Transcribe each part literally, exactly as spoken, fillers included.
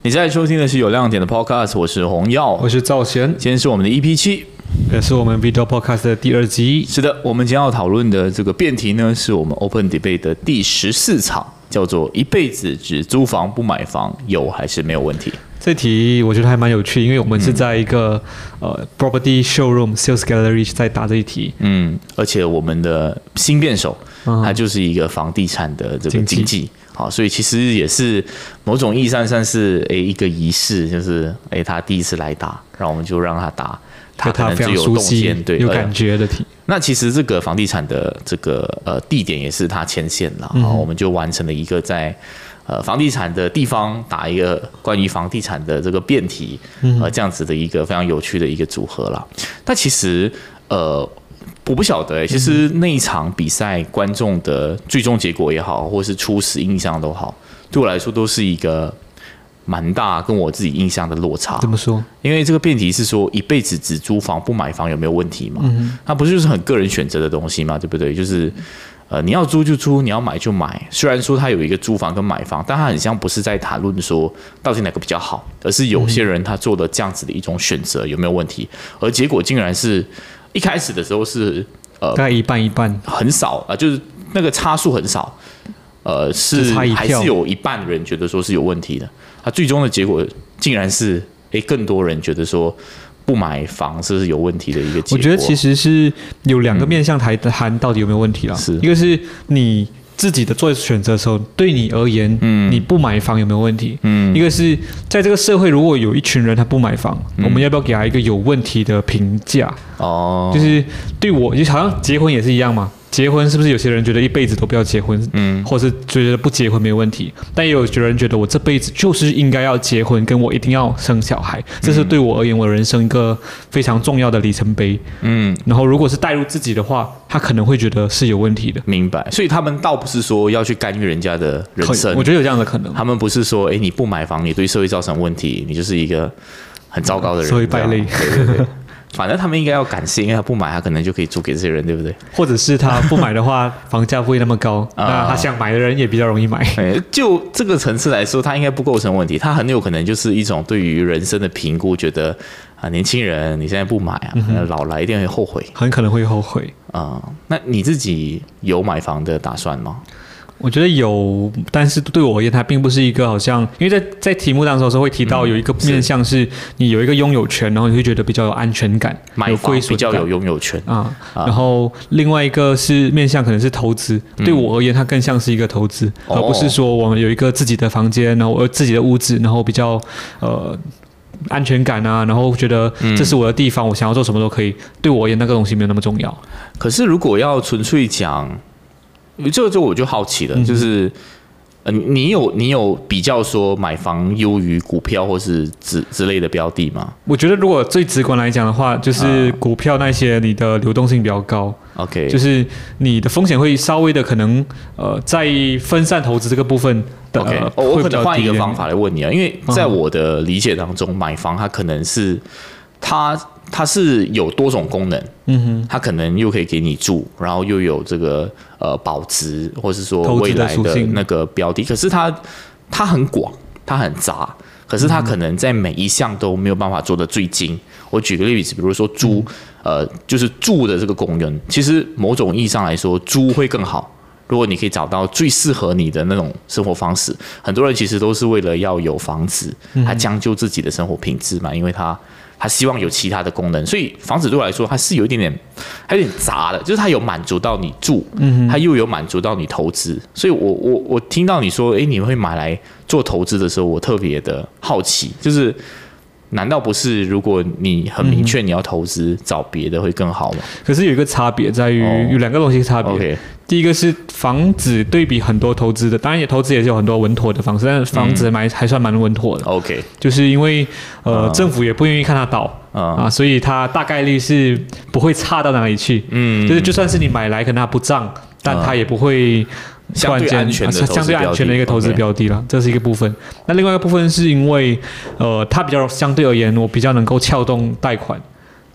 你在收听的是有亮点的 Podcast， 我是洪耀， 我是赵贤， 今天是我们的 E P 七， 也是我们 Video Podcast 的第二集。 是的，我们今天要讨论的这个辩题呢，是我们 Open Debate 的第十四场，叫做一辈子只租房不买房，有还是没有问题？ 这题我觉得还蛮有趣，因为我们是在一个、嗯、呃 property showroom sales gallery 在打这一题。 嗯，而且我们的新辩手，嗯、他就是一个房地产的这个经纪。好，所以其实也是某种意义上算是诶一个仪式，就是诶他第一次来打，然后我们就让他打，他可能就有洞见，对， 有感觉的题。 那其实这个房地产的这个呃地点也是他牵线了，嗯、我们就完成了一个在呃房地产的地方打一个关于房地产的这个辩题，呃这样子的一个非常有趣的一个组合啦。但其实呃。我不晓得、欸，其实那一场比赛观众的最终结果也好，或是初始印象都好，对我来说都是一个蛮大跟我自己印象的落差。 怎么说？ 因为这个辩题是说一辈子只租房不买房有没有问题嘛？嗯、它不是就是很个人选择的东西嘛，对不对？就是呃你要租就租，你要买就买。虽然说它有一个租房跟买房，但它很像不是在谈论说到底哪个比较好，而是有些人他做了这样子的一种选择有没有问题，而结果竟然是。一开始的时候是呃， 大概一半一半，很少啊、呃，就是那个差数很少，呃，是还是有一半人觉得说是有问题的。他最终的结果竟然是，哎，更多人觉得说不买房是有问题的一个结果。 我觉得其实是有两个面向谈谈到底有没有问题啦。是一个是你自己的做选择的时候，对你而言，嗯，你不买房有没有问题？嗯，一个是在这个社会，如果有一群人他不买房，嗯、我们要不要给他一个有问题的评价？哦，就是对我，就好像结婚也是一样嘛。结婚是不是有些人觉得一辈子都不要结婚，嗯，或是觉得不结婚没有问题，但也有人觉得我这辈子就是应该要结婚，跟我一定要生小孩，这是对我而言我人生一个非常重要的里程碑，嗯，然后如果是带入自己的话，他可能会觉得是有问题的。 明白，所以他们倒不是说要去干预人家的人生， 我觉得有这样的可能。 他们不是说，哎，你不买房，你对社会造成问题，你就是一个很糟糕的人， 社会败类。 对对对。反正他们应该要感谢，因为他不买，他可能就可以租给这些人，对不对？ 或者是他不买的话，房价不会那么高，那他想买的人也比较容易买。 就这个层次来说，他应该不构成问题。他很有可能就是一种对于人生的评估，觉得啊，年轻人你现在不买啊，嗯、老来一定会后悔， 很可能会后悔啊、呃。那你自己有买房的打算吗？ 我觉得有，但是对我而言，它并不是一个好像，因为在在题目当中的时候会提到有一个面向是你有一个拥有权，然后你会觉得比较有安全感， 买房比较有拥有权啊。然后另外一个是面向可能是投资，嗯、对我而言，它更像是一个投资，嗯、而不是说我们有一个自己的房间，然后呃自己的屋子，然后比较呃。安全感啊，然后觉得这是我的地方，嗯、我想要做什么都可以。对我而言，那个东西没有那么重要。 可是如果要纯粹讲，这个就我就好奇了，嗯、就是呃，你有你有比较说买房优于股票或是之之类的标的吗？ 我觉得如果最直观来讲的话，就是股票那些你的流动性比较高。 OK， 就是你的风险会稍微的可能呃，在分散投资这个部分的。 OK， 呃、 我可能换一个方法来问你啊，因为在我的理解当中，嗯、买房它可能是它它是有多种功能，嗯哼，它可能又可以给你住，然后又有这个呃保值，或是说未来的那个标的，可是它它很广，它很杂。可是它可能在每一项都没有办法做得最精。我举个例子，比如说租，呃，就是住的这个功能，其实某种意义上来说，租会更好。如果你可以找到最适合你的那种生活方式，很多人其实都是为了要有房子，他将就自己的生活品质嘛，因为他他希望有其他的功能，所以房子对我来说，它是有一点点，还有点杂的，就是它有满足到你住，它又有满足到你投资。所以我我我听到你说，哎，你会买来做投资的时候，我特别的好奇，就是难道不是如果你很明确你要投资，找别的会更好吗？ 可是有一个差别在于，有两个东西差别。Okay. 第一个是房子对比很多投资的，当然也投资也是有很多稳妥的方式，但是房子买还算蛮稳妥的。 OK， 就是因为呃、嗯、政府也不愿意看它倒、嗯、啊，所以它大概率是不会差到哪里去。嗯，就是就算是你买来可能它不涨，但它也不会。 相对安全的、啊、 相对安全的一个投资标的了， okay. 这是一个部分。那另外一个部分是因为，呃，它比较相对而言，我比较能够撬动贷款。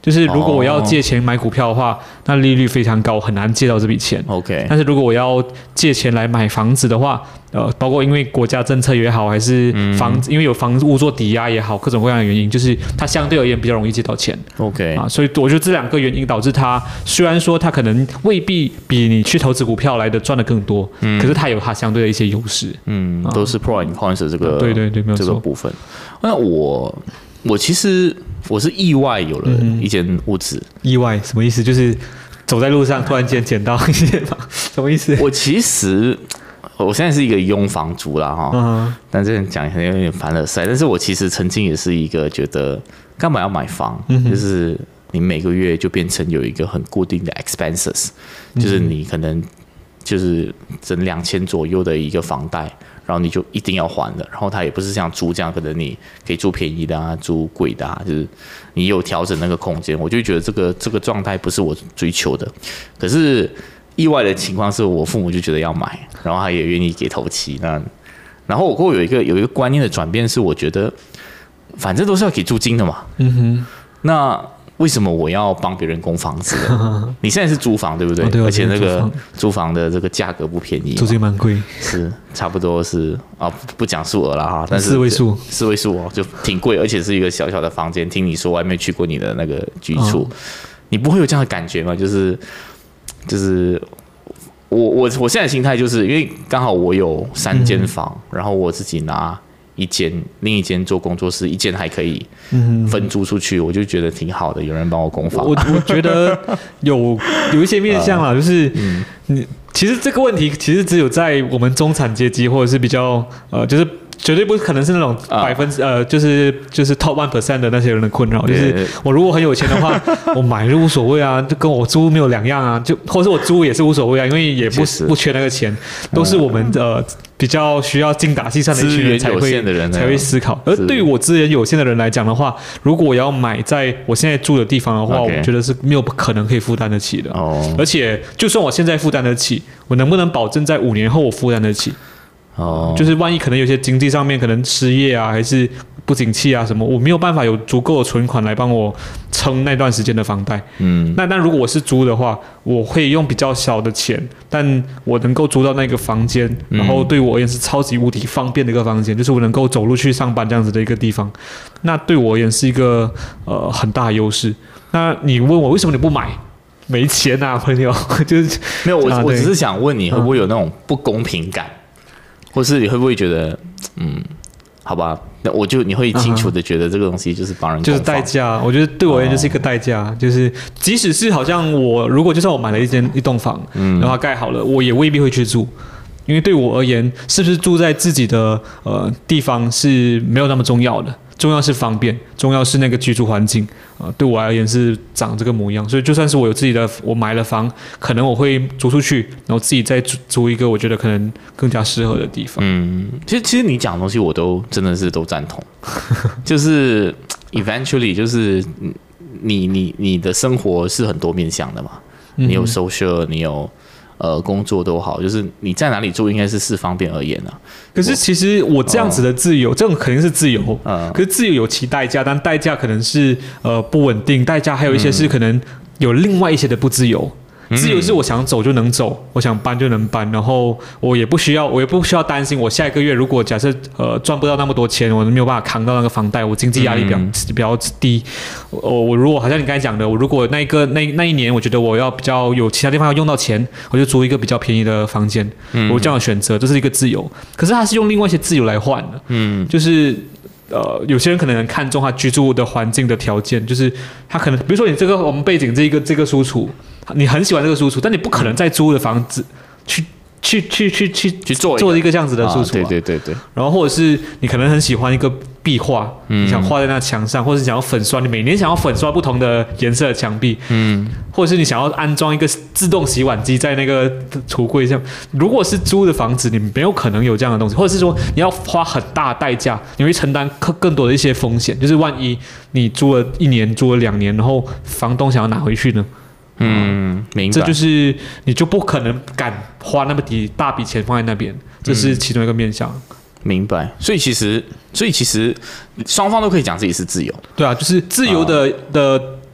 就是如果我要借钱买股票的话，那利率非常高，很难借到这笔钱。 OK， 但是如果我要借钱来买房子的话，呃，包括因为国家政策也好，还是房子、嗯、因为有房屋做抵押也好，各种各样的原因，就是它相对而言比较容易借到钱。 OK 啊，所以我觉得这两个原因导致它虽然说它可能未必比你去投资股票来的赚的更多，嗯、可是它有它相对的一些优势。 嗯，啊、都是 pro and cons 的这个、 啊、对对对，没有错这个部分。那我我其实我是意外有了一间屋子。嗯、 意外什么意思？就是走在路上突然间捡到一间房，什么意思？ 我其实。我现在是一个佣房族啦哈，嗯、但这样讲可能有点凡尔赛。但是我其实曾经也是一个觉得，干嘛要买房？嗯、就是你每个月就变成有一个很固定的 expenses，、嗯、就是你可能就是整两千左右的一个房贷，然后你就一定要还的。然后它也不是像租这样，可能你可以租便宜的啊，租贵的啊，就是你有调整那个空间。我就觉得这个这个状态不是我追求的，可是。意外的情况是我父母就觉得要买，然后他也愿意给头期。那然后我过后有一个有一个观念的转变是，我觉得反正都是要给租金的嘛。嗯哼。那为什么我要帮别人供房子呢？你现在是租房对不对？ 哦、对而且那个租房的这个价格不便宜， 租金蛮贵， 是差不多是啊，不讲数额了哈，但是四位数， 四位数哦，就挺贵，而且是一个小小的房间。听你说，我还没去过你的那个居处，哦、你不会有这样的感觉吗？就是。就是我我我现在的心态就是因为刚好我有三间房，嗯、然后我自己拿一间，另一间做工作室，一间还可以分租出去，嗯、我就觉得挺好的，有人帮我供房。 我我觉得有有一些面向啦，呃、就是你、嗯、其实这个问题其实只有在我们中产阶级或者是比较呃就是。绝对不可能是那种百分之、啊、呃，就是就是 top one percent 的那些人的困扰，就是我如果很有钱的话，我买就无所谓啊，就跟我租没有两样啊，就或者是我租也是无所谓啊，因为也不不缺那个钱，都是我们呃比较需要精打细算的一群人才会人才会思考。而对于我资源有限的人来讲的话，如果我要买在我现在住的地方的话， okay. 我觉得是没有可能可以负担得起的。哦，而且就算我现在负担得起，我能不能保证在五年后我负担得起？哦，就是万一可能有些经济上面可能失业啊，还是不景气啊什么，我没有办法有足够的存款来帮我撑那段时间的房贷。嗯，那但如果我是租的话，我会用比较小的钱，但我能够租到那个房间，然后对我而言是超级无敌方便的一个房间，就是我能够走路去上班这样子的一个地方，那对我而言是一个呃很大的优势。那你问我为什么你不买？没钱啊，朋友，就是没有我，啊、我只是想问你会不会有那种不公平感？嗯，或是你会不会觉得，嗯，好吧，那我就你会清楚的觉得这个东西就是帮人就是代价。我觉得对我而言就是一个代价，哦、就是即使是好像我如果就算我买了一间一栋房，嗯，然后盖好了，我也未必会去住，因为对我而言，是不是住在自己的呃地方是没有那么重要的。重要是方便，重要是那个居住环境啊、呃，对我而言是长这个模样。所以就算是我有自己的，我买了房，可能我会租出去，然后自己再租租一个我觉得可能更加适合的地方。 嗯，其实其实你讲的东西我都真的是都赞同，就是 eventually 就是你你你的生活是很多面向的嘛，你有 social， 你有。呃，工作都好，就是你在哪里住，应该是视方便而言啊。 可是其实我这样子的自由，哦、这种肯定是自由，嗯，可是自由有其代价，但代价可能是呃不稳定，代价还有一些是可能有另外一些的不自由。自由是我想走就能走，我想搬就能搬，然后我也不需要，我也不需要担心，我下一个月如果假设呃赚不到那么多钱，我没有办法扛到那个房贷，我经济压力比较、嗯、比较低。我我如果好像你刚才讲的，我如果那一个那那一年，我觉得我要比较有其他地方要用到钱，我就租一个比较便宜的房间，嗯、我这样的选择，这是一个自由。可是它是用另外一些自由来换的，嗯，就是。呃，有些人可能很看重他居住的环境的条件，就是他可能，比如说你这个我们背景这个这个书橱，你很喜欢这个书橱，但你不可能在租的房子去去去去去去做做一个这样子的书橱、啊啊，对对对对。 然后或者是你可能很喜欢一个壁画，嗯、你想画在那墙上，或者是想要粉刷，你每年想要粉刷不同的颜色的墙壁，嗯，或者是你想要安装一个自动洗碗机在那个橱柜上。如果是租的房子，你没有可能有这样的东西，或者是说你要花很大的代价，你会承担更多的一些风险，就是万一你租了一年、租了两年，然后房东想要拿回去呢？ 嗯，明白。 这就是你就不可能敢花那么大笔钱放在那边，这是其中一个面向。嗯， 明白。所以其实，所以其实双方都可以讲自己是自由。 对啊，就是自由的、哦、的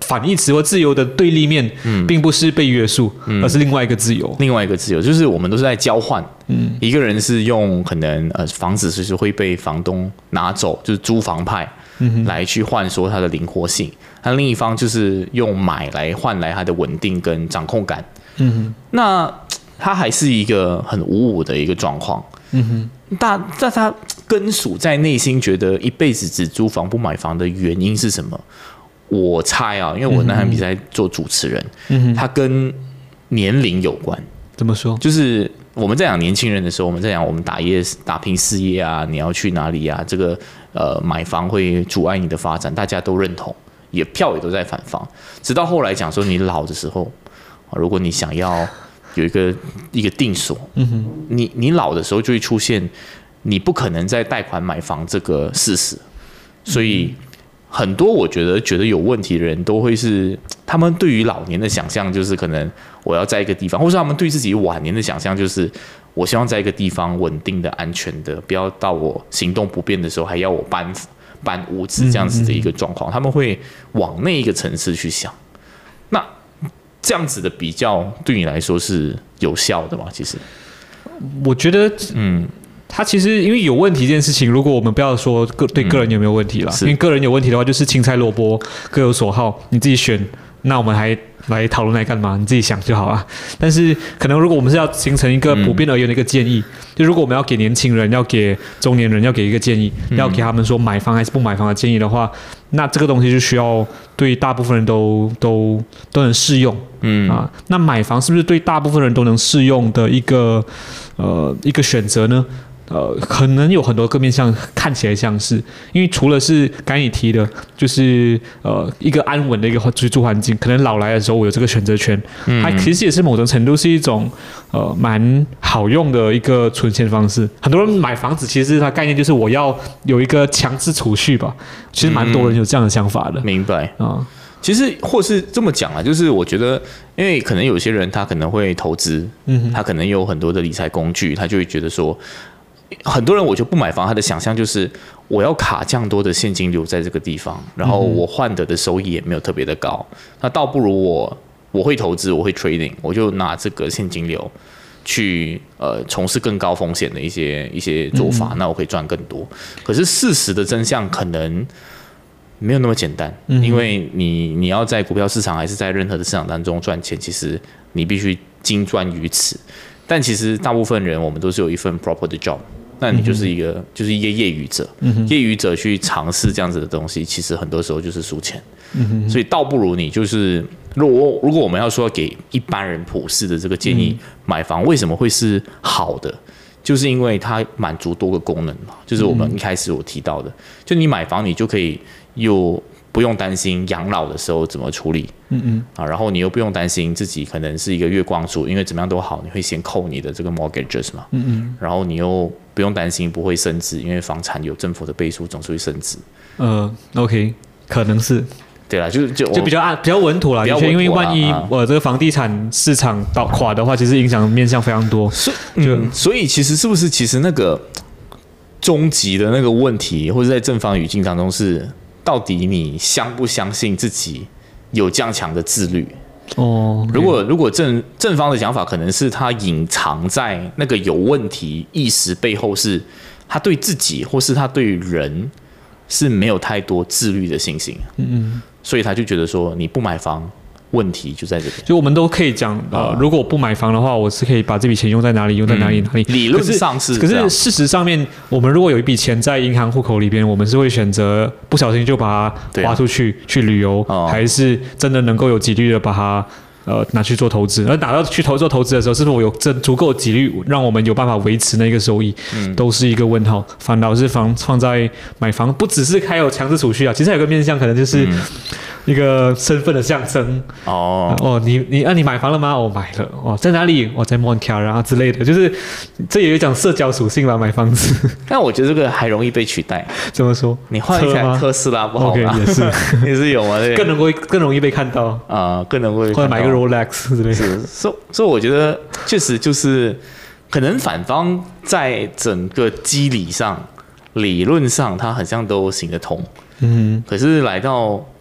反义词或自由的对立面，嗯，并不是被约束，嗯，而是另外一个自由。 另外一个自由就是我们都是在交换，嗯，一个人是用可能呃房子就是会被房东拿走，就是租房派，嗯，来去换说它的灵活性，那另一方就是用买来换来它的稳定跟掌控感，嗯，那它还是一个很无我的一个状况，嗯哼，但但他根属在内心觉得一辈子只租房不买房的原因是什么？我猜啊，因为我那场比赛做主持人，嗯，他跟年龄有关。 怎么说？ 就是我们在讲年轻人的时候，我们在讲我们打业打拼事业啊，你要去哪里啊？这个呃买房会阻碍你的发展，大家都认同，也票也都在反方。直到后来讲说你老的时候，如果你想要有一个一个定所，嗯哼，你你老的时候就会出现你不可能再贷款买房这个事实，所以。嗯，很多我觉得觉得有问题的人都会是他们对于老年的想象就是可能我要在一个地方，或是他们对自己晚年的想象就是我希望在一个地方稳定的、安全的，不要到我行动不便的时候还要我搬搬屋子这样子的一个状况，他们会往那一个层次去想。那这样子的比较对你来说是有效的吗？其实， 我觉得，嗯。他其实因为有问题这件事情，如果我们不要说个对个人有没有问题啦，嗯，因为个人有问题的话，就是青菜萝卜各有所好，你自己选。那我们还来讨论来干嘛？你自己想就好了。但是可能如果我们是要形成一个普遍而言的一个建议，嗯，就如果我们要给年轻人、要给中年人、要给一个建议，嗯，要给他们说买房还是不买房的建议的话，那这个东西就需要对大部分人都都都能适用。嗯啊，那买房是不是对大部分人都能适用的一个呃一个选择呢？呃，可能有很多个面向看起来像是，因为除了是刚才你提的，就是呃一个安稳的一个居住环境，可能老来的时候我有这个选择权，嗯，它其实也是某种程度是一种呃蛮好用的一个存钱方式。很多人买房子，其实它概念就是我要有一个强制储蓄吧，其实蛮多人有这样的想法的。 嗯，明白啊。嗯，其实或是这么讲啊，就是我觉得，因为可能有些人他可能会投资，嗯，他可能有很多的理财工具，他就会觉得说。很多人我就不买房，他的想象就是我要卡这样多的现金流在这个地方，然后我换得的收益也没有特别的高，那倒不如我我会投资，我会 trading， 我就拿这个现金流去呃从事更高风险的一些一些做法，嗯，那我可以赚更多。可是事实的真相可能没有那么简单，嗯，因为你你要在股票市场还是在任何的市场当中赚钱，其实你必须精专于此。但其实大部分人我们都是有一份 proper 的 job。那你就是一个、嗯、就是一个业余者，嗯、业余者去尝试这样子的东西，其实很多时候就是输钱。嗯、所以倒不如你就是，如果如果我们要说给一般人普世的这个建议，嗯、买房为什么会是好的？就是因为它满足多个功能嘛，就是我们一开始我提到的，嗯、就你买房你就可以又不用担心养老的时候怎么处理，嗯嗯啊，然后你又不用担心自己可能是一个月光族，因为怎么样都好，你会先扣你的这个 mortgages 嘛，嗯嗯，然后你又不用担心不会升值，因为房产有政府的背书，总是会升值。呃 ，OK， 可能是。 对啦，就就就比较按比较稳妥啦，因为万一我、呃、这个房地产市场倒垮的话，其实影响面向非常多。 所以，就、嗯、所以其实是不是其实那个终极的那个问题，或者在正方语境当中是，到底你相不相信自己有这样强的自律？哦， okay. 如果如果正正方的讲法，可能是他隐藏在那个有问题意识背后，是他对自己或是他对人是没有太多自律的信心。嗯嗯。所以他就觉得说，你不买房，问题就在这边。 就我们都可以讲，呃，如果我不买房的话，我是可以把这笔钱用在哪里，用在哪里哪里。 嗯、理论上是可是，可是事实上面，我们如果有一笔钱在银行户口里边，我们是会选择不小心就把它花出去、啊、去旅游，哦、还是真的能够有纪律的把它呃拿去做投资？而拿到去投做投资的时候，是不是我有这足够纪律，让我们有办法维持那个收益，嗯、都是一个问号。反倒是放放在买房，不只是还有强制储蓄啊，其实还有个面向，可能就是。嗯一个身份的象征哦哦，你你啊，你买房了吗？我、哦、买了哦，在哪里？我、哦、在 Montreal 啊之类的，就是这也有一种社交属性吧，买房子。 但我觉得这个还容易被取代。 怎么说？ 你换一台特斯拉不好吗？ okay, 也是也是有吗？ 更能够更容易被看到啊、呃，更能够或者买个 Rolex 之类的。 是，所所以我觉得确实就是可能反方在整个机理上、理论上，它好像都行得通。嗯，可是来到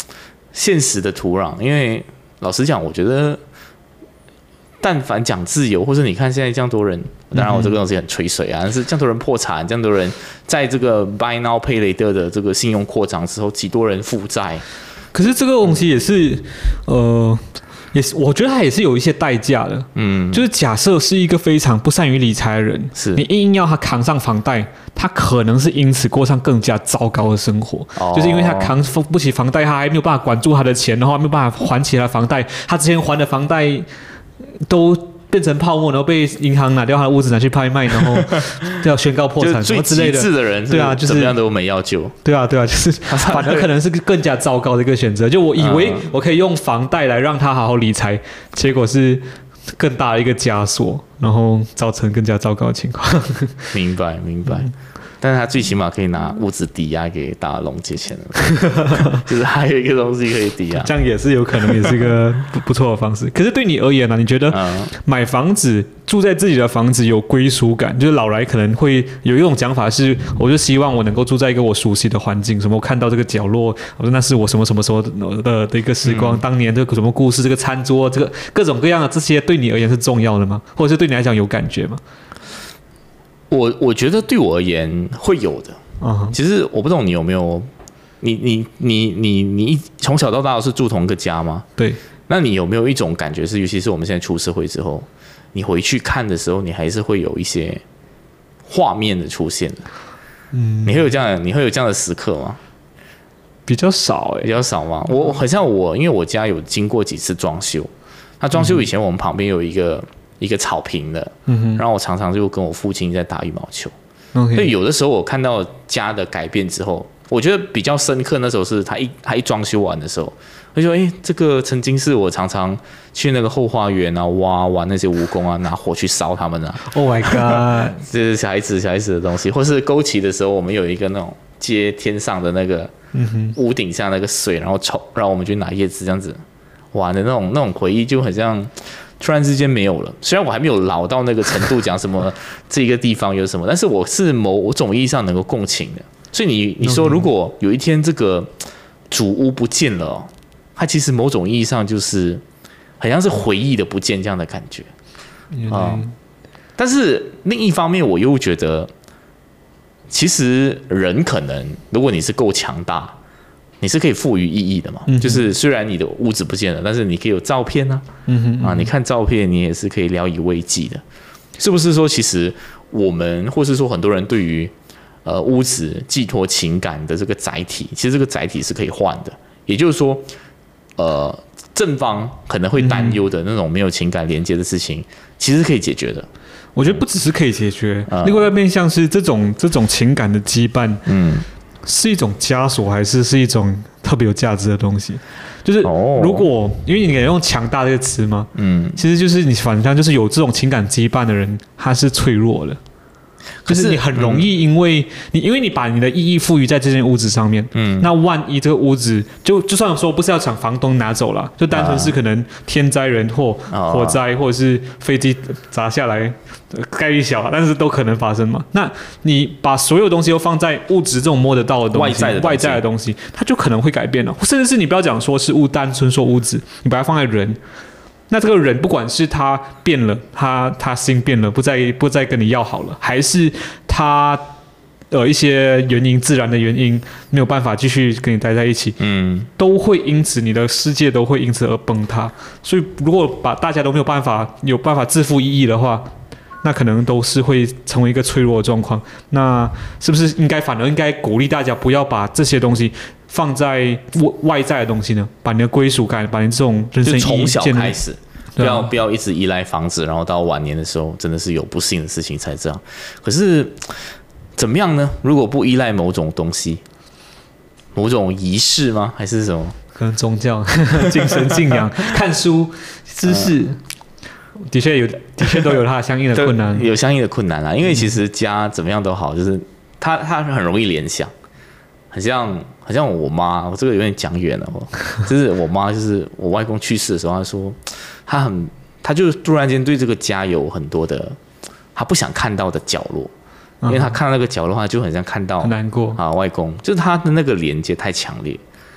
现实的土壤，因为老实讲，我觉得。但凡讲自由，或者你看现在这样多人，当然我这个东西很吹水啊，但是这样多人破产，这样多人在这个 buy now pay later 的这个信用扩张之后，几多人负债。 可是这个东西也是，呃，也是我觉得它也是有一些代价的。嗯，就是假设是一个非常不善于理财的人，是你硬要他扛上房贷，他可能是因此过上更加糟糕的生活。哦、就是因为他扛不起房贷，他还没有办法管住他的钱，然后没有办法还起他的房贷，他之前还的房贷。都变成泡沫，然后被银行拿掉他的屋子拿去拍卖，然后要宣告破产什么之类的。 最极致的人，对啊，就是怎么样都没要救。 对啊，对啊，就是反而可能是更加糟糕的一个选择。就我以为我可以用房贷来让他好好理财，结果是更大的一个枷锁，然后造成更加糟糕的情况。 明白，明白。嗯，但是他最起码可以拿屋子抵押给大龙借钱了，就是还有一个东西可以抵押， 这样也是有可能，也是一个 不, 不错的方式。可是对你而言呢、啊？你觉得买房子住在自己的房子有归属感？就是老来可能会有一种讲法是，我就希望我能够住在一个我熟悉的环境，什么我看到这个角落，我说那是我什么什么时候 的, 的一个时光，嗯、当年这个什么故事，这个餐桌，这个各种各样的这些，对你而言是重要的吗？或者是对你来讲有感觉吗？ 我我觉得对我而言会有的。Uh-huh. 其实我不懂你有没有，你你你你你从小到大都是住同一个家吗？ 对。 那你有没有一种感觉是，尤其是我们现在出社会之后，你回去看的时候，你还是会有一些画面的出现的？嗯。你会有这样，你会有这样的时刻吗？ 比较少哎、欸， 比较少吗？我好像我，因为我家有经过几次装修，那装修以前我们旁边有一个。一个草坪的，嗯、然后我常常就跟我父亲在打羽毛球。Okay. 所以有的时候我看到家的改变之后，我觉得比较深刻。那时候是他一他一装修完的时候，我就说：“哎、欸，这个曾经是我常常去那个后花园啊，挖玩那些蜈蚣啊，拿火去烧他们啊。” Oh my god！ 这是小孩子小孩子的东西，或是枸杞的时候，我们有一个那种接天上的那个屋顶下那个水，然后抽，然后我们就拿叶子这样子玩的那种那种回忆，就很像。突然之间没有了，虽然我还没有老到那个程度讲什么这个地方有什么，但是我是某种意义上能够共情的。所以你你说，如果有一天这个主屋不见了、哦，它其实某种意义上就是好像是回忆的不见这样的感觉啊、嗯。但是另一方面，我又觉得，其实人可能，如果你是够强大。你是可以赋予意义的嘛、嗯？就是虽然你的屋子不见了，但是你可以有照片啊，嗯哼嗯哼啊，你看照片，你也是可以聊以慰藉的，是不是说，其实我们或是说很多人对于呃屋子寄托情感的这个载体，其实这个载体是可以换的，也就是说，呃，正方可能会担忧的那种没有情感连接的事情，其实是可以解决的。 我觉得不只是可以解决，嗯、另外一面向是这种这种情感的羁绊，嗯。是一种枷锁，还是是一种特别有价值的东西？就是如果、哦、因为你可以用强大这个词嘛，嗯，其实就是你反正就是有这种情感羁绊的人，他是脆弱的。就是你很容易因为你因为你把你的意义赋予在这间屋子上面，嗯，那万一这个屋子就就算说不是要讲房东拿走了，就单纯是可能天灾人祸、啊、火灾或者是飞机砸下来，概率小，但是都可能发生嘛。那你把所有东西都放在物质这种摸得到的东西，外在的外在的东西，它就可能会改变了。甚至是你不要讲说是物，单纯说屋子，你把它放在人。那这个人不管是他变了，他他心变了，不再不再跟你要好了，还是他呃一些原因自然的原因没有办法继续跟你待在一起，嗯，都会因此你的世界都会因此而崩塌。所以如果把大家都没有办法有办法自负意义的话，那可能都是会成为一个脆弱的状况。那是不是应该反而应该鼓励大家不要把这些东西放在外在的东西呢？把你的归属感，把你这种人生意义从小开始，不要不要一直依赖房子，然后到晚年的时候，真的是有不幸的事情才这样。可是怎么样呢？如果不依赖某种东西，某种仪式吗？还是什么？ 可能宗教、精神信仰、看书、知识。呃的确有，的确都有它相应的困难， 有相应的困难啊。因为其实家怎么样都好，就是它它很容易联想，很像很像我妈，我这个有点讲远了，就是我妈，就是我外公去世的时候，她说她很，她就突然间对这个家有很多的她不想看到的角落，因为她看到那个角落，她就很像看到很难过啊，外公就是她的那个连接太强烈。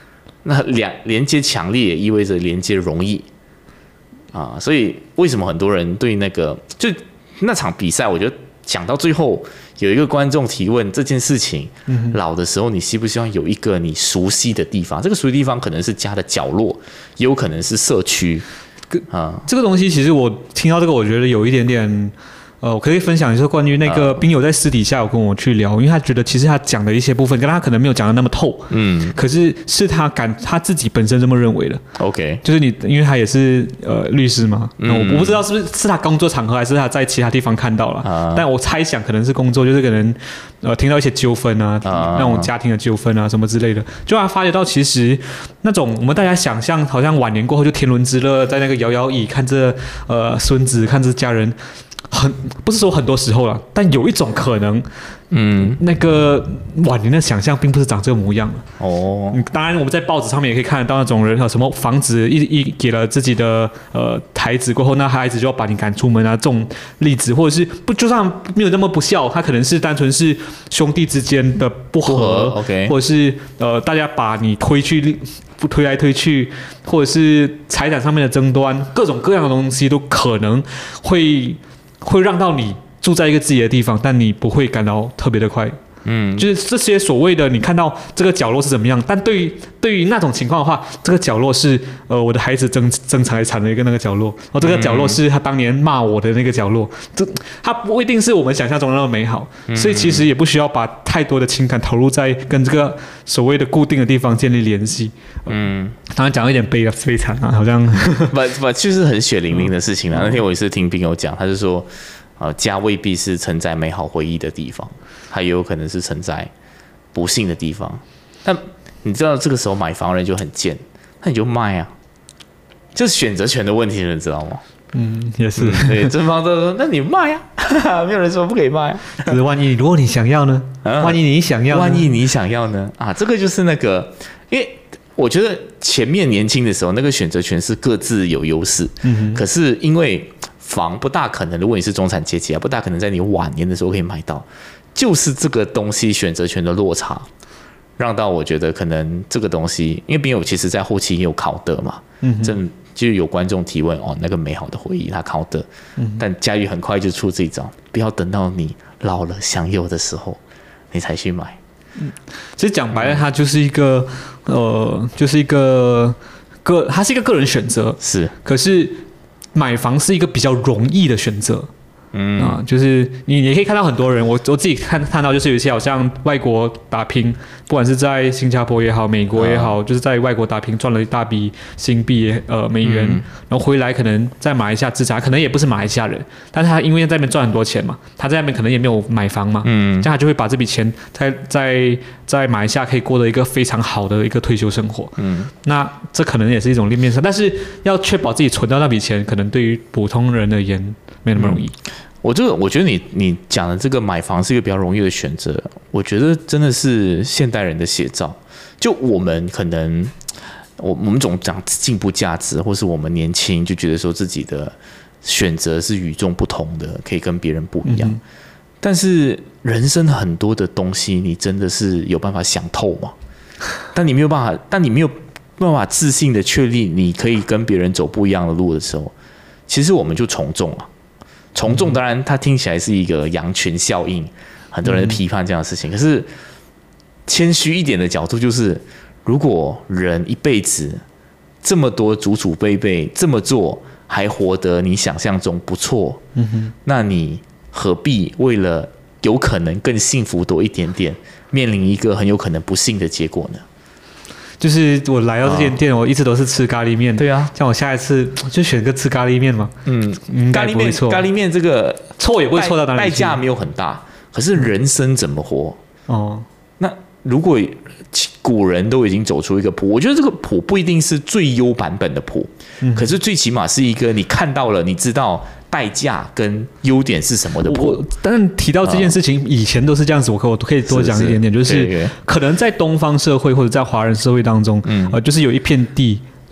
那两连接强烈也意味着连接容易啊，所以为什么很多人对那个就那场比赛，我觉得讲到最后有一个观众提问这件事情，嗯、老的时候你希不希望有一个你熟悉的地方？这个熟悉的地方可能是家的角落，也有可能是社区啊。 这个东西其实我听到这个，我觉得有一点点。呃，我可以分享一下关于那个兵友在私底下有跟我去聊，因为他觉得其实他讲的一些部分跟他可能没有讲的那么透，嗯，可是是他感他自己本身这么认为的。 OK， 就是你，因为他也是呃律师嘛，嗯、我不知道是不是是他工作场合还是他在其他地方看到了，啊、但我猜想可能是工作，就是可能呃听到一些纠纷啊，啊那种家庭的纠纷啊什么之类的，就他发觉到其实那种我们大家想象好像晚年过后就天伦之乐，在那个摇摇椅看着呃孙子看着家人。很不是说很多时候啦，但有一种可能，嗯，那个晚年的想象并不是长这个模样的哦。当然，我们在报纸上面也可以看得到那种人，什么房子一一给了自己的呃孩子过后，那孩子就要把你赶出门啊，这种例子，或者是不就算没有那么不孝，他可能是单纯是兄弟之间的不和，不合 OK， 或者是呃大家把你推去。不推来推去，或者是财产上面的争端，各种各样的东西都可能会会让到你住在一个自己的地方，但你不会感到特别的快。嗯，就是这些所谓的你看到这个角落是怎么样，但对于对于那种情况的话，这个角落是呃我的孩子争争财产的一个那个角落，哦，这个角落是他当年骂我的那个角落，这它不一定是我们想象中的那么美好，所以其实也不需要把太多的情感投入在跟这个所谓的固定的地方建立联系。嗯，当然讲一点悲悲惨啊，好像不不就是很血淋淋的事情啦。那天我也是听兵友讲，他就说。呃，家未必是承载美好回忆的地方，它也有可能是承载不幸的地方。但你知道这个时候买房人就很贱，那你就卖啊，就是选择权的问题，你知道吗？ 嗯，也是。 嗯、对，正方都说，那你卖啊，没有人说不可以卖、啊。 可是万一如果你想要呢？啊、万一你想要呢， 万一你想要呢？啊，这个就是那个，因为我觉得前面年轻的时候，那个选择权是各自有优势。嗯，可是因为房不大可能，如果你是中产阶级啊，不大可能在你晚年的时候可以买到。就是这个东西选择权的落差，让到我觉得可能这个东西，因为兵友其实在后期也有考得嘛，嗯，正就有观众提问哦，那个美好的回忆他考得，嗯，但嘉裕很快就出这一招，不要等到你老了享有的时候，你才去买。 嗯，其实讲白了，它就是一个呃，就是一个个，它是一个个人选择， 是， 可是。买房是一个比较容易的选择，嗯啊，就是你也可以看到很多人，我我自己看看到就是有一些好像外国打拼，不管是在新加坡也好，美国也好，嗯、就是在外国打拼赚了一大笔新币呃美元、嗯，然后回来可能在马来西亚资产，可能也不是马来西亚人，但是他因为在那边赚很多钱嘛，他在那边可能也没有买房嘛，嗯，这样他就会把这笔钱在在在马来西亚可以过得一个非常好的一个退休生活，嗯，那这可能也是一种面上，但是要确保自己存到那笔钱，可能对于普通人而言没那么容易。嗯我这个，我觉得你你讲的这个买房是一个比较容易的选择，我觉得真的是现代人的写照。就我们可能，我我们总讲进步价值，或是我们年轻就觉得说自己的选择是与众不同的，可以跟别人不一样。嗯、但是人生很多的东西，你真的是有办法想透吗？但你没有办法，但你没有办法自信的确立你可以跟别人走不一样的路的时候，其实我们就从众啊。从众当然，它听起来是一个羊群效应，很多人批判这样的事情。可是谦虚一点的角度就是，如果人一辈子这么多祖祖辈辈这么做，还活得你想象中不错，嗯哼，那你何必为了有可能更幸福多一点点，面临一个很有可能不幸的结果呢？ 就是我来到这间店，哦、我一直都是吃咖喱面。 对啊， 像我下一次就选个吃咖喱面嘛。嗯， 咖喱面，咖喱面这个错也不会错到哪里去， 代价没有很大。可是人生怎么活？哦，那如果古人都已经走出一个谱，我觉得这个谱不一定是最优版本的谱，嗯、可是最起码是一个你看到了，你知道代价跟优点是什么的谱。 但提到这件事情，以前都是这样子，我可我可以多讲一点点，就是可能在东方社会或者在华人社会当中，嗯、呃，就是有一片地。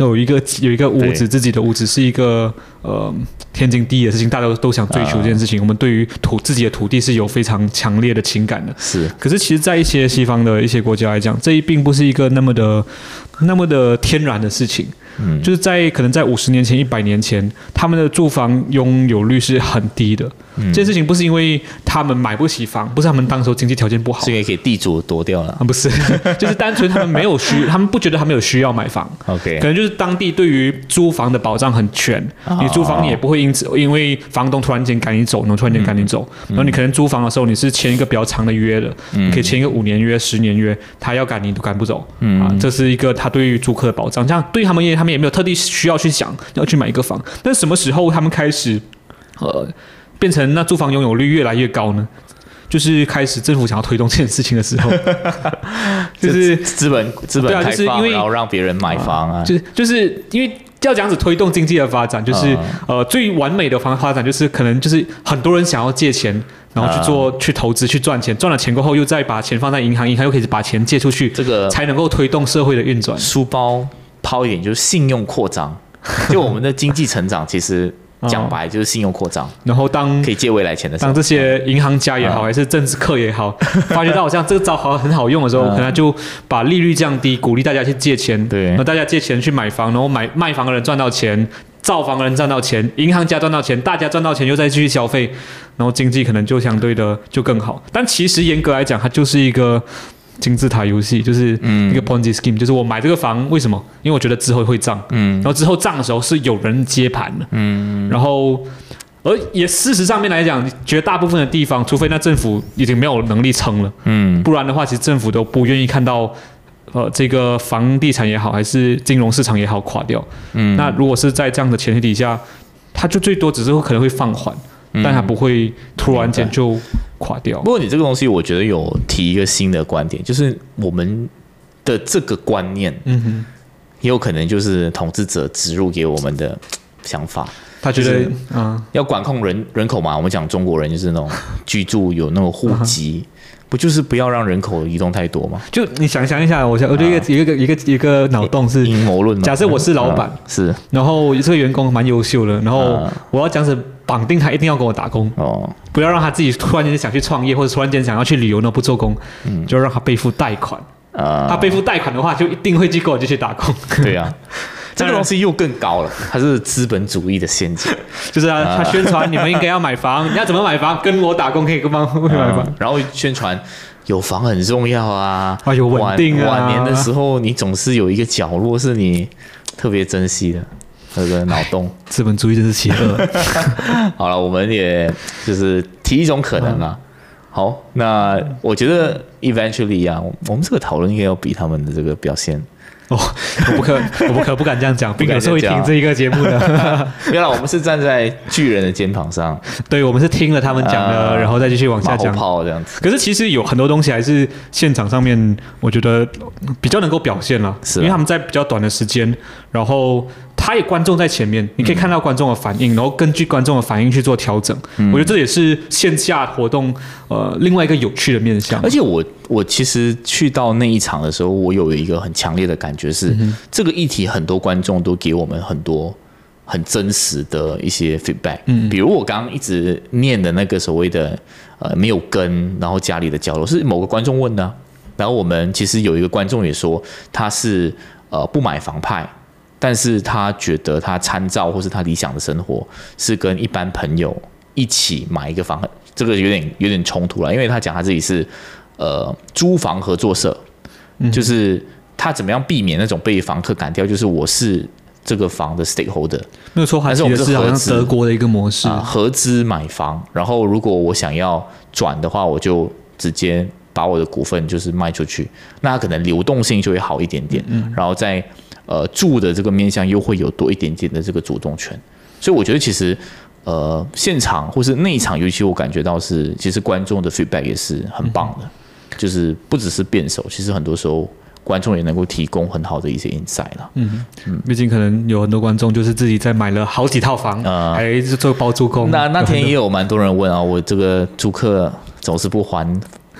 有一个有一个屋子，自己的屋子是一个呃天经地义的事情，大家都都想追求这件事情。呃、我们对于土自己的土地是有非常强烈的情感的。 是， 可是其实，在一些西方的一些国家来讲，这一并不是一个那么的那么的天然的事情。嗯，就是在可能在五十年前、一百年前，他们的住房拥有率是很低的。嗯、这件事情不是因为他们买不起房，不是他们当时候经济条件不好， 是因为给地主夺掉了。 啊、不是，就是单纯他们没有需，他们不觉得他们有需要买房。 OK， 可能就是当地对于租房的保障很全，哦、你租房你也不会因此因为房东突然间赶你走，然后突然间赶你走，嗯、然后你可能租房的时候你是签一个比较长的约的，嗯、你可以签一个五年约、十年约，他要赶你都赶不走。嗯、啊，这是一个他对于租客的保障。这样对他们也他们也没有特地需要去想要去买一个房。但什么时候他们开始呃变成那租房拥有率越来越高呢？就是开始政府想要推动这件事情的时候，就是资本资本开放，就是因为然后让别人买房啊， 就是就是因为要这样子推动经济的发展，就是、嗯、呃最完美的方发展就是可能就是很多人想要借钱，然后去做、嗯、去投资去赚钱，赚了钱过后又再把钱放在银行，银行又可以把钱借出去，这个才能够推动社会的运转。 书包抛一点就是信用扩张，就我们的经济成长其实。讲白就是信用扩张， 然后当可以借未来钱的时候， 当这些银行家也好，嗯、还是政治客也好，发觉到好像这个招好很好用的时候，嗯、可能就把利率降低，鼓励大家去借钱， 对， 然后大家借钱去买房，然后买卖房的人赚到钱，造房的人赚到钱，银行家赚到钱，大家赚到钱又再继续消费，然后经济可能就相对的就更好。但其实严格来讲，它就是一个金字塔游戏，就是一个 Ponzi scheme，、嗯、就是我买这个房，为什么？因为我觉得之后会涨，嗯，然后之后涨的时候是有人接盘的，嗯，然后而也事实上面来讲，绝大部分的地方，除非那政府已经没有能力撑了，嗯，不然的话，其实政府都不愿意看到，呃，这个房地产也好，还是金融市场也好垮掉，嗯，那如果是在这样的前提底下，它就最多只是可能会放缓。但它不会突然间就垮掉。 不过你这个东西，我觉得有提一个新的观点，就是我们的这个观念，嗯哼，也有可能就是统治者植入给我们的想法。 他觉得，嗯， 要管控人人口嘛，我们讲中国人就是那种居住有那种户籍。不就是不要让人口移动太多吗？ 就你想想一下，我想，我觉得一个、啊、一个一个一个脑洞是阴谋论。 假设我是老板、 嗯，是， 然后这个员工蛮优秀的，然后我要这样子绑定他，一定要跟我打工，哦，不要让他自己突然间想去创业，或者突然间想要去旅游呢不做工，嗯，就让他背负贷款。啊、他背负贷款的话，就一定会去跟我就去打工。 对啊。这个东西又更高了，它是资本主义的陷阱。 就是啊，他宣传你们应该要买房，你要怎么买房？跟我打工可以跟帮会买房、嗯， 然后宣传有房很重要啊， 啊有稳定啊， 晚年的时候你总是有一个角落是你特别珍惜的，那个脑洞。 资本主义真是邪恶。 好了，我们也就是提一种可能啊。嗯、好，那我觉得 eventually 啊，我们这个讨论应该要比他们的这个表现。 哦，我不可，我不可不敢这样讲，不敢是会听这一个节目的。 没有啦，我们是站在巨人的肩膀上， 对，我们是听了他们讲的，呃、然后再继续往下讲。 马后炮这样子。 可是其实有很多东西还是现场上面，我觉得比较能够表现了，是、啊，因为他们在比较短的时间，然后他也观众在前面，你可以看到观众的反应，嗯、然后根据观众的反应去做调整。嗯、我觉得这也是线下活动呃另外一个有趣的面向。 而且我我其实去到那一场的时候，我有一个很强烈的感觉是，嗯、这个议题很多观众都给我们很多很真实的一些 feedback。嗯，比如我刚刚一直念的那个所谓的呃没有根，然后家里的角落是某个观众问的、啊，然后我们其实有一个观众也说他是呃不买房派。但是他觉得他参照或是他理想的生活是跟一般朋友一起买一个房，这个有点有点冲突了，因为他讲他自己是呃租房合作社，嗯、就是他怎么样避免那种被房客赶掉，就是我是这个房的 stakeholder， 没有错，还是我们是好像德国的一个模式啊， 合资买房，然后如果我想要转的话，我就直接把我的股份就是卖出去，那他可能流动性就会好一点点，嗯、然后在呃，住的这个面向又会有多一点点的这个主动权，所以我觉得其实呃，现场或是内场，尤其我感觉到是，其实观众的 feedback 也是很棒的，嗯、就是不只是辩手，其实很多时候观众也能够提供很好的一些 insight 啦。 嗯嗯，毕竟可能有很多观众就是自己在买了好几套房，呃、还是做包租公。 那那天也有蛮多人问啊，我这个租客总是不还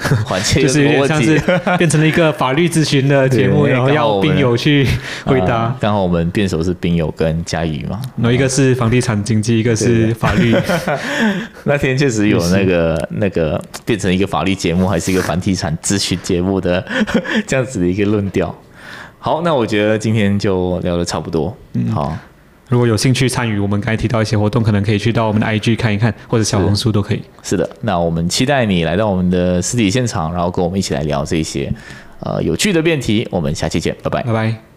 缓解就是有点像是变成了一个法律咨询的节目，然后要兵友去回答。 刚、呃、好我们辩手是兵友跟嘉瑜嘛， 然后一个是房地产经纪，一个是法律。 那天确实有那个那个变成一个法律节目，还是一个房地产咨询节目的这样子的一个论调。好，那我觉得今天就聊得差不多。嗯，好。 如果有兴趣参与我们刚才提到一些活动，可能可以去到我们的 I G 看一看，或者小红书都可以。 是的，那我们期待你来到我们的实体现场，然后跟我们一起来聊这些呃有趣的辩题。我们下期见，拜拜， 拜拜。